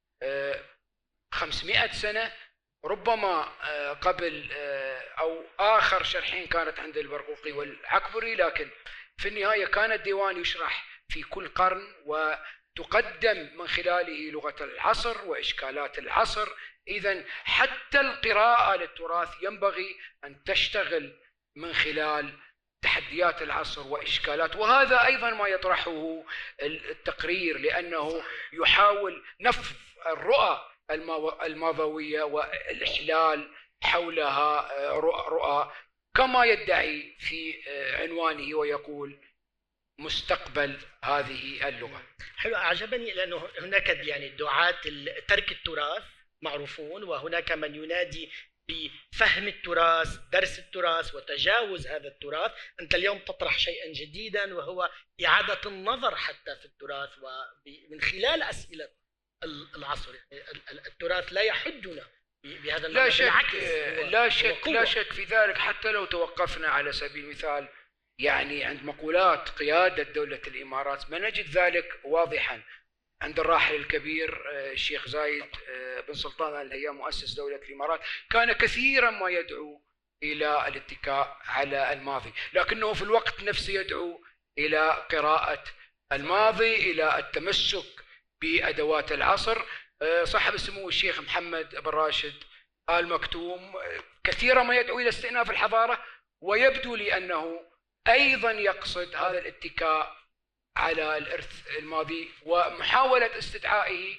خمسمائة سنة، ربما قبل أو آخر شرحين كانت عند البرقوقي والعكبري، لكن في النهاية كان الديوان يشرح في كل قرن وتقدم من خلاله لغة العصر وإشكالات العصر. إذن حتى القراءة للتراث ينبغي أن تشتغل من خلال تحديات العصر وإشكالات، وهذا أيضا ما يطرحه التقرير، لأنه يحاول نفض الرؤى الماضوية والإحلال حولها رؤى، كما يدعي في عنوانه ويقول مستقبل هذه اللغة. حلو، أعجبني لأنه هناك يعني دعاة ترك التراث معروفون، وهناك من ينادي بفهم التراث، درس التراث وتجاوز هذا التراث. أنت اليوم تطرح شيئا جديدا وهو إعادة النظر حتى في التراث ومن خلال أسئلة العصر. التراث لا يحدنا بهذا لا شك لا شك لا شك في ذلك. حتى لو توقفنا على سبيل المثال يعني عند مقولات قيادة دولة الإمارات ما نجد ذلك واضحا. عند الراحل الكبير الشيخ زايد بن سلطان اللي هي مؤسس دولة الإمارات كان كثيرا ما يدعو إلى الاتكاء على الماضي، لكنه في الوقت نفسه يدعو إلى قراءة الماضي، إلى التمسك بأدوات العصر. صاحب السمو الشيخ محمد بن راشد آل مكتوم كثيرا ما يدعو إلى استئناف الحضارة، ويبدو لي أنه أيضا يقصد هذا الاتكاء على الإرث الماضي ومحاولة استدعائه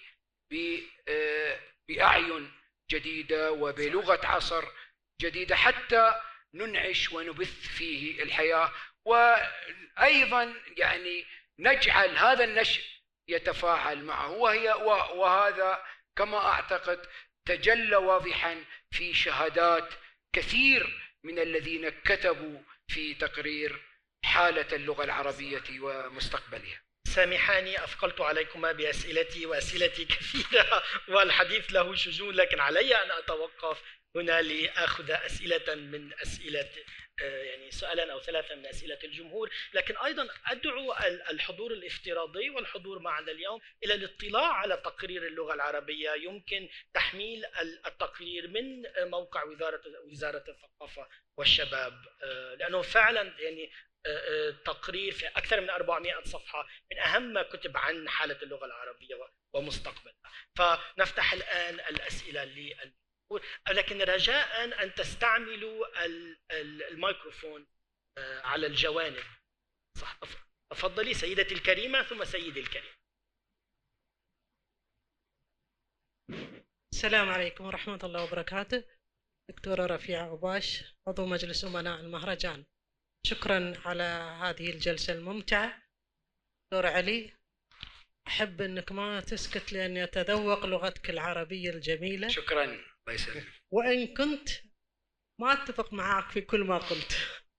بأعين جديدة وبلغة عصر جديدة حتى ننعش ونبث فيه الحياة، وأيضا يعني نجعل هذا النشء يتفاعل معه. وهي وهذا كما أعتقد تجلى واضحا في شهادات كثير من الذين كتبوا في تقرير حالة اللغة العربية ومستقبلها. سامحاني أثقلت عليكما بأسئلتي، وأسئلتي كثيرة والحديث له شجون، لكن علي أن أتوقف هنا لأخذ أسئلة من أسئلة يعني سؤالا أو ثلاثة من أسئلة الجمهور، لكن أيضا أدعو الحضور الافتراضي والحضور معنا اليوم إلى الاطلاع على تقرير اللغة العربية. يمكن تحميل التقرير من موقع وزارة وزارة الثقافة والشباب، لأنه فعلا يعني تقرير في أكثر من أربعمائة صفحة من أهم ما كتب عن حالة اللغة العربية ومستقبلها. فنفتح الآن الأسئلة لل لكن رجاء أن تستعملوا الميكروفون على الجوانب. صح، تفضلي سيدتي الكريمة ثم سيدي الكريم. السلام عليكم ورحمة الله وبركاته. دكتورة رفيعة عباش، عضو مجلس أمناء المهرجان، شكرا على هذه الجلسة الممتعة. دكتور علي، أحب أنك ما تسكت لأني أتذوق لغتك العربية الجميلة. شكرا، الله يسلمك. وإن كنت ما أتفق معك في كل ما قلت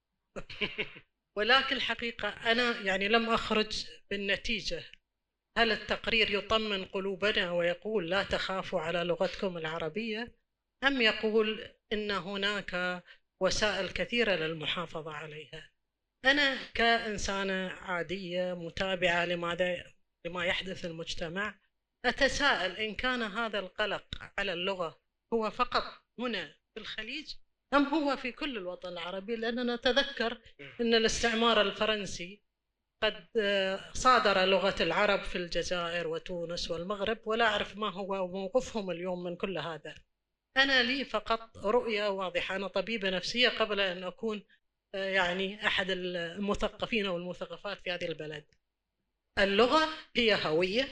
ولكن الحقيقة أنا يعني لم أخرج بالنتيجة. هل التقرير يطمن قلوبنا ويقول لا تخافوا على لغتكم العربية، أم يقول إن هناك وسائل كثيرة للمحافظة عليها؟ أنا كإنسانة عادية متابعة لماذا لما يحدث في المجتمع أتساءل إن كان هذا القلق على اللغة هو فقط هنا في الخليج أم هو في كل الوطن العربي، لأننا نتذكر أن الاستعمار الفرنسي قد صادر لغة العرب في الجزائر وتونس والمغرب، ولا أعرف ما هو موقفهم اليوم من كل هذا. أنا لي فقط رؤية واضحة، أنا طبيبة نفسية قبل أن أكون يعني أحد المثقفين والمثقفات في هذه البلد. اللغة هي هوية.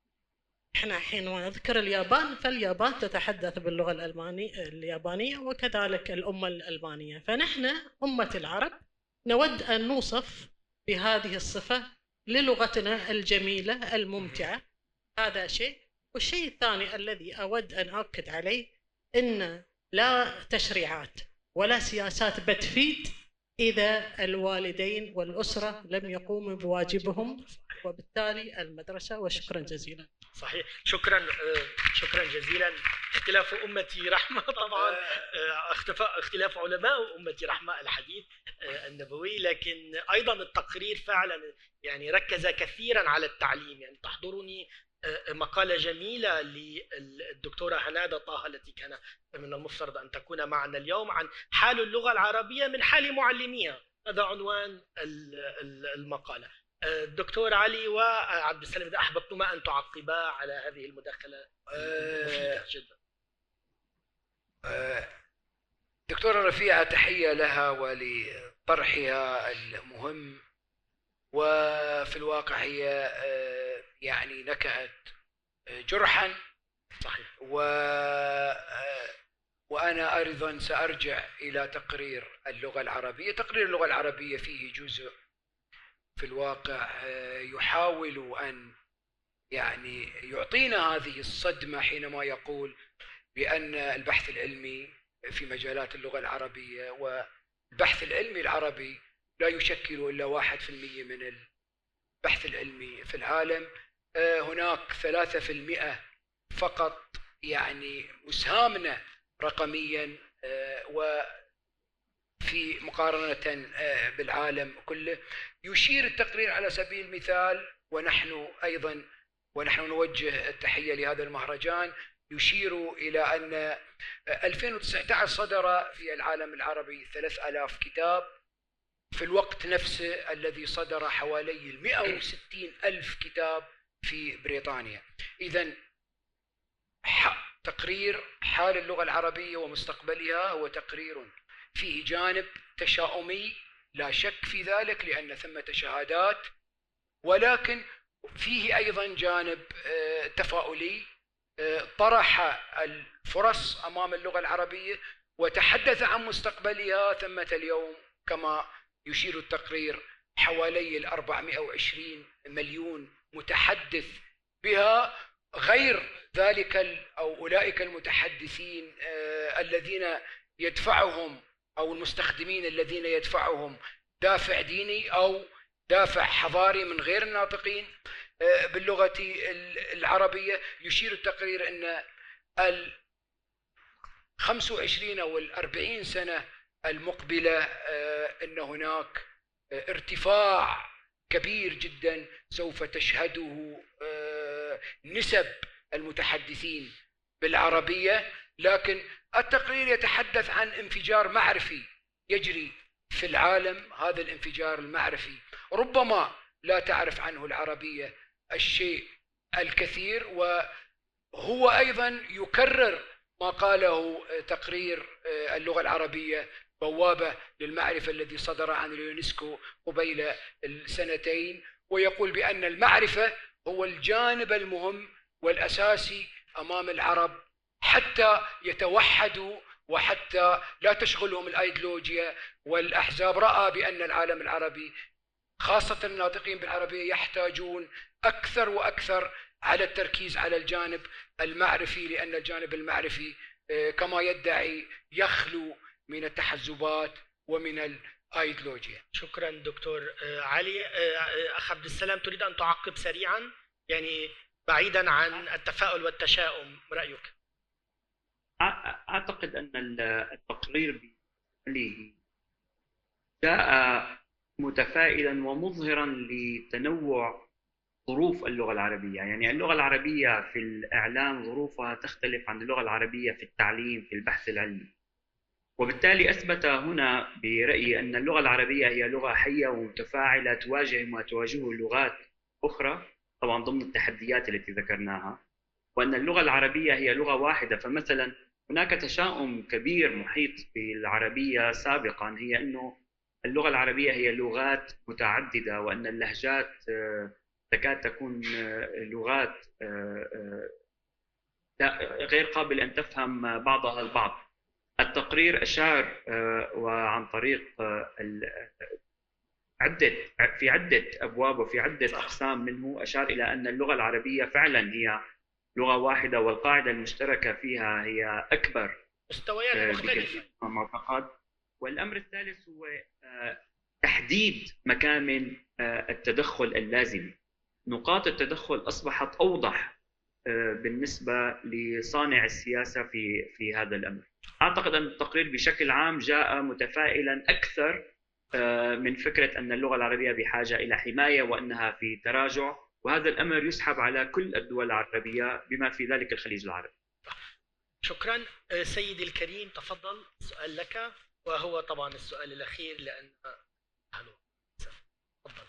إحنا حينما نذكر اليابان فاليابان تتحدث باللغة الألمانية اليابانية وكذلك الأمة الألبانية، فنحن أمة العرب نود أن نوصف بهذه الصفة للغتنا الجميلة الممتعة. هذا شيء. والشيء الثاني الذي أود أن أؤكد عليه إن لا تشريعات ولا سياسات بتفيد إذا الوالدين والأسرة لم يقوموا بواجبهم، وبالتالي المدرسة. وشكرا جزيلا. صحيح، شكرا شكرا جزيلا. اختلاف أمتي رحمة طبعا، اختلاف علماء أمتي رحمة الحديث النبوي، لكن أيضا التقرير فعلا يعني ركز كثيرا على التعليم. يعني تحضرني مقالة جميلة للدكتورة هنادة طه التي كان من المفترض أن تكون معنا اليوم عن حال اللغة العربية من حال معلميها. هذا عنوان المقالة. الدكتور علي وعبد السلام، إذا أحببتما أن تعقبا على هذه المداخلة مفيدة جدا. دكتورة رفيعة، تحية لها طرحها المهم، وفي الواقع هي يعني نكأت جرحا. صحيح. و وأنا أيضا سأرجع إلى تقرير اللغة العربية. تقرير اللغة العربية فيه جزء في الواقع يحاول أن يعني يعطينا هذه الصدمة حينما يقول بأن البحث العلمي في مجالات اللغة العربية، والبحث العلمي العربي لا يشكل إلا واحد في المئة من البحث العلمي في العالم. هناك ثلاثة في المئة فقط يعني مساهمنا رقميا وفي مقارنة بالعالم كله. يشير التقرير على سبيل المثال، ونحن أيضا ونحن نوجه التحية لهذا المهرجان، يشير إلى أن ألفين وتسعة عشر صدر في العالم العربي ثلاثة آلاف كتاب، في الوقت نفسه الذي صدر حوالي مئة وستين ألف كتاب في بريطانيا. إذن تقرير حال اللغة العربية ومستقبلها هو تقرير فيه جانب تشاؤمي لا شك في ذلك لأن ثمة شهادات، ولكن فيه أيضا جانب تفاؤلي. طرح الفرص أمام اللغة العربية وتحدث عن مستقبلها. ثمة اليوم كما يشير التقرير حوالي الأربعمئة وعشرين مليون متحدث بها، غير ذلك أو أولئك المتحدثين الذين يدفعهم أو المستخدمين الذين يدفعهم دافع ديني أو دافع حضاري من غير الناطقين باللغة العربية. يشير التقرير أن الخمس وعشرين أو الأربعين سنة المقبلة أن هناك ارتفاع كبير جدا سوف تشهده نسب المتحدثين بالعربية. لكن التقرير يتحدث عن انفجار معرفي يجري في العالم. هذا الانفجار المعرفي ربما لا تعرف عنه العربية الشيء الكثير، وهو أيضا يكرر ما قاله تقرير اللغة العربية بوابة للمعرفة الذي صدر عن اليونسكو قبيل السنتين، ويقول بأن المعرفة هو الجانب المهم والأساسي أمام العرب حتى يتوحدوا وحتى لا تشغلهم الأيديولوجيا والأحزاب. رأى بأن العالم العربي خاصة الناطقين بالعربية يحتاجون أكثر وأكثر على التركيز على الجانب المعرفي، لأن الجانب المعرفي كما يدعي يخلو من التحزبات ومن الأيديولوجيا. شكرا دكتور علي. أخ عبد السلام، تريد أن تعقب سريعا يعني بعيدا عن التفاؤل والتشاؤم، رأيك؟ أعتقد أن التقرير بحاله جاء متفائلا ومظهرا لتنوع ظروف اللغة العربية. يعني اللغة العربية في الإعلام ظروفها تختلف عن اللغة العربية في التعليم في البحث العلمي، وبالتالي أثبت هنا برأيي أن اللغة العربية هي لغة حية ومتفاعلة تواجه ما تواجهه اللغات أخرى طبعا ضمن التحديات التي ذكرناها، وأن اللغة العربية هي لغة واحدة. فمثلا هناك تشاؤم كبير محيط بالعربية سابقا، هي أنه اللغة العربية هي لغات متعددة وأن اللهجات تكاد تكون لغات غير قابل أن تفهم بعضها البعض. التقرير أشار وعن طريق عدة في عدة أبواب وفي عدة أقسام منه أشار إلى أن اللغة العربية فعلا هي لغة واحدة والقاعدة المشتركة فيها هي أكبر مستويات مختلفة معتقد. والأمر الثالث هو تحديد مكامن التدخل اللازم. نقاط التدخل أصبحت أوضح بالنسبة لصانع السياسة في في هذا الأمر. أعتقد أن التقرير بشكل عام جاء متفائلا أكثر من فكرة أن اللغة العربية بحاجة إلى حماية وأنها في تراجع، وهذا الأمر يسحب على كل الدول العربية بما في ذلك الخليج العربي. شكرا سيدي الكريم، تفضل سؤال لك، وهو طبعا السؤال الأخير لأن تفضل.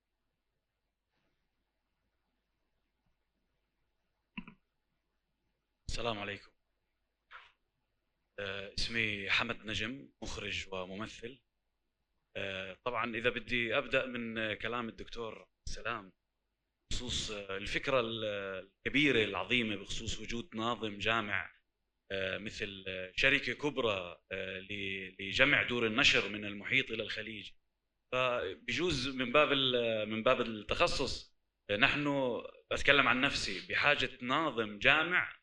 السلام عليكم. اسمي حمد نجم، مخرج وممثل. طبعا إذا بدي أبدأ من كلام الدكتور سلام بخصوص الفكرة الكبيرة العظيمة بخصوص وجود ناظم جامع مثل شركة كبرى لجمع دور النشر من المحيط إلى الخليج، فبجوز من باب من باب التخصص نحن أتكلم عن نفسي بحاجة ناظم جامع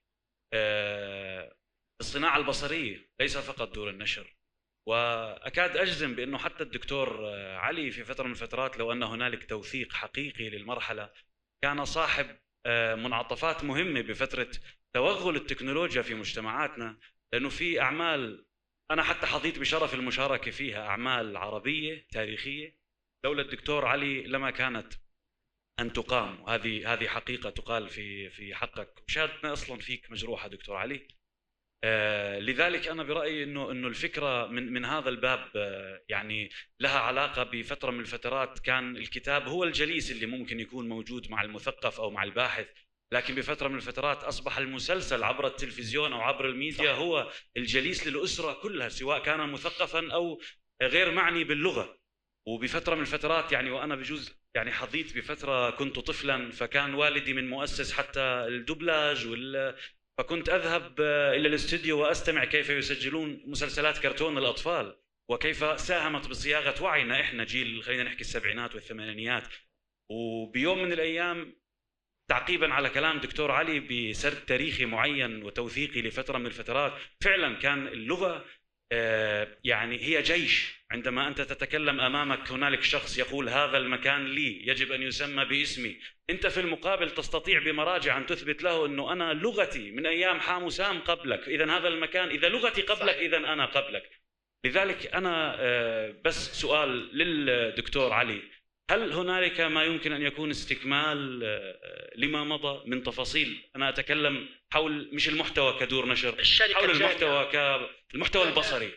الصناعة البصرية ليس فقط دور النشر. وأكاد أجزم بأنه حتى الدكتور علي في فترة من الفترات لو أن هنالك توثيق حقيقي للمرحلة كان صاحب منعطفات مهمة بفترة توغل التكنولوجيا في مجتمعاتنا، لأنه في أعمال أنا حتى حظيت بشرف المشاركة فيها، أعمال عربية تاريخية لولا الدكتور علي لما كانت أن تقام، وهذه هذه حقيقة تقال في في حقك، وشهادتنا أصلا فيك مجروحة دكتور علي. آه لذلك أنا برأيي إنه إنه الفكرة من من هذا الباب آه يعني لها علاقة بفترة من الفترات كان الكتاب هو الجليس اللي ممكن يكون موجود مع المثقف أو مع الباحث، لكن بفترة من الفترات أصبح المسلسل عبر التلفزيون أو عبر الميديا هو الجليس للأسرة كلها سواء كان مثقفا أو غير معني باللغة. وبفترة من الفترات يعني وأنا بجوز يعني حظيت بفترة كنت طفلا، فكان والدي من مؤسس حتى الدبلاج وال فكنت أذهب إلى الاستوديو وأستمع كيف يسجلون مسلسلات كرتون الأطفال وكيف ساهمت بصياغة وعينا إحنا جيل خلينا نحكي السبعينات والثمانينيات. وبيوم من الأيام تعقيبا على كلام دكتور علي بسرد تاريخي معين وتوثيقي لفترة من الفترات، فعلا كان اللغة يعني هي جيش. عندما أنت تتكلم أمامك هنالك شخص يقول هذا المكان لي يجب أن يسمى باسمي، أنت في المقابل تستطيع بمراجع أن تثبت له أنه أنا لغتي من أيام حام سام قبلك، إذن هذا المكان إذا لغتي قبلك إذن أنا قبلك. لذلك أنا بس سؤال للدكتور علي، هل هنالك ما يمكن أن يكون استكمال لما مضى من تفاصيل؟ أنا أتكلم حول مش المحتوى كدور نشر، حول المحتوى كالمحتوى البصري.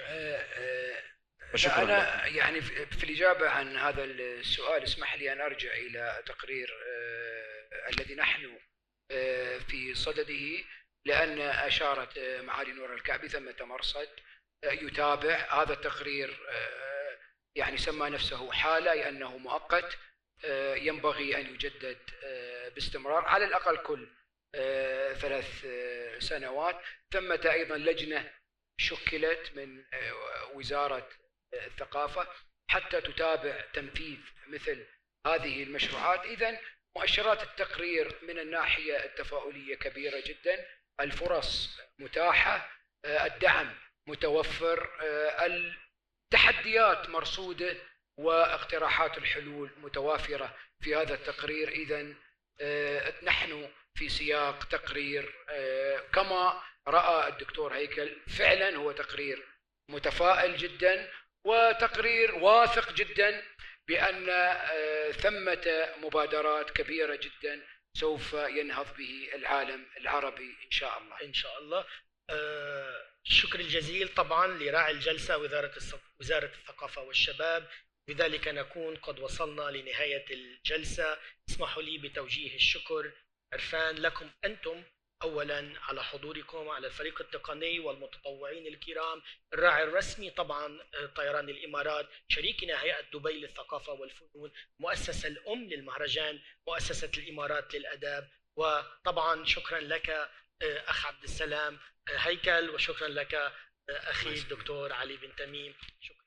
أنا يعني في الإجابة عن هذا السؤال اسمح لي أن أرجع إلى تقرير الذي نحن في صدده، لأن أشارت معالي نور الكعبي ثمة مرصد يتابع هذا التقرير، يعني سمى نفسه حالة لأنه مؤقت ينبغي أن يجدد باستمرار على الأقل كل ثلاث سنوات. ثمة أيضا لجنة شكلت من وزارة الثقافة حتى تتابع تنفيذ مثل هذه المشروعات. إذن مؤشرات التقرير من الناحية التفاؤلية كبيرة جدا، الفرص متاحة، الدعم متوفر، التحديات مرصودة، واقتراحات الحلول متوافرة في هذا التقرير. إذن نحن في سياق تقرير كما رأى الدكتور هيكل، فعلا هو تقرير متفائل جدا وتقرير واثق جدا بأن ثمة مبادرات كبيرة جدا سوف ينهض به العالم العربي إن شاء الله. إن شاء الله. الشكر الجزيل طبعا لراعي الجلسة وزارة وزارة الثقافة والشباب. بذلك نكون قد وصلنا لنهاية الجلسة. اسمحوا لي بتوجيه الشكر عرفان لكم أنتم أولا على حضوركم، على الفريق التقني والمتطوعين الكرام، الراعي الرسمي طبعا طيران الإمارات، شريكنا هيئة دبي للثقافة والفنون، مؤسسة الأم للمهرجان، مؤسسة الإمارات للأداب، وطبعا شكرا لك أخ عبد السلام هيكل، وشكرا لك أخي الدكتور علي بن تميم. شكرا.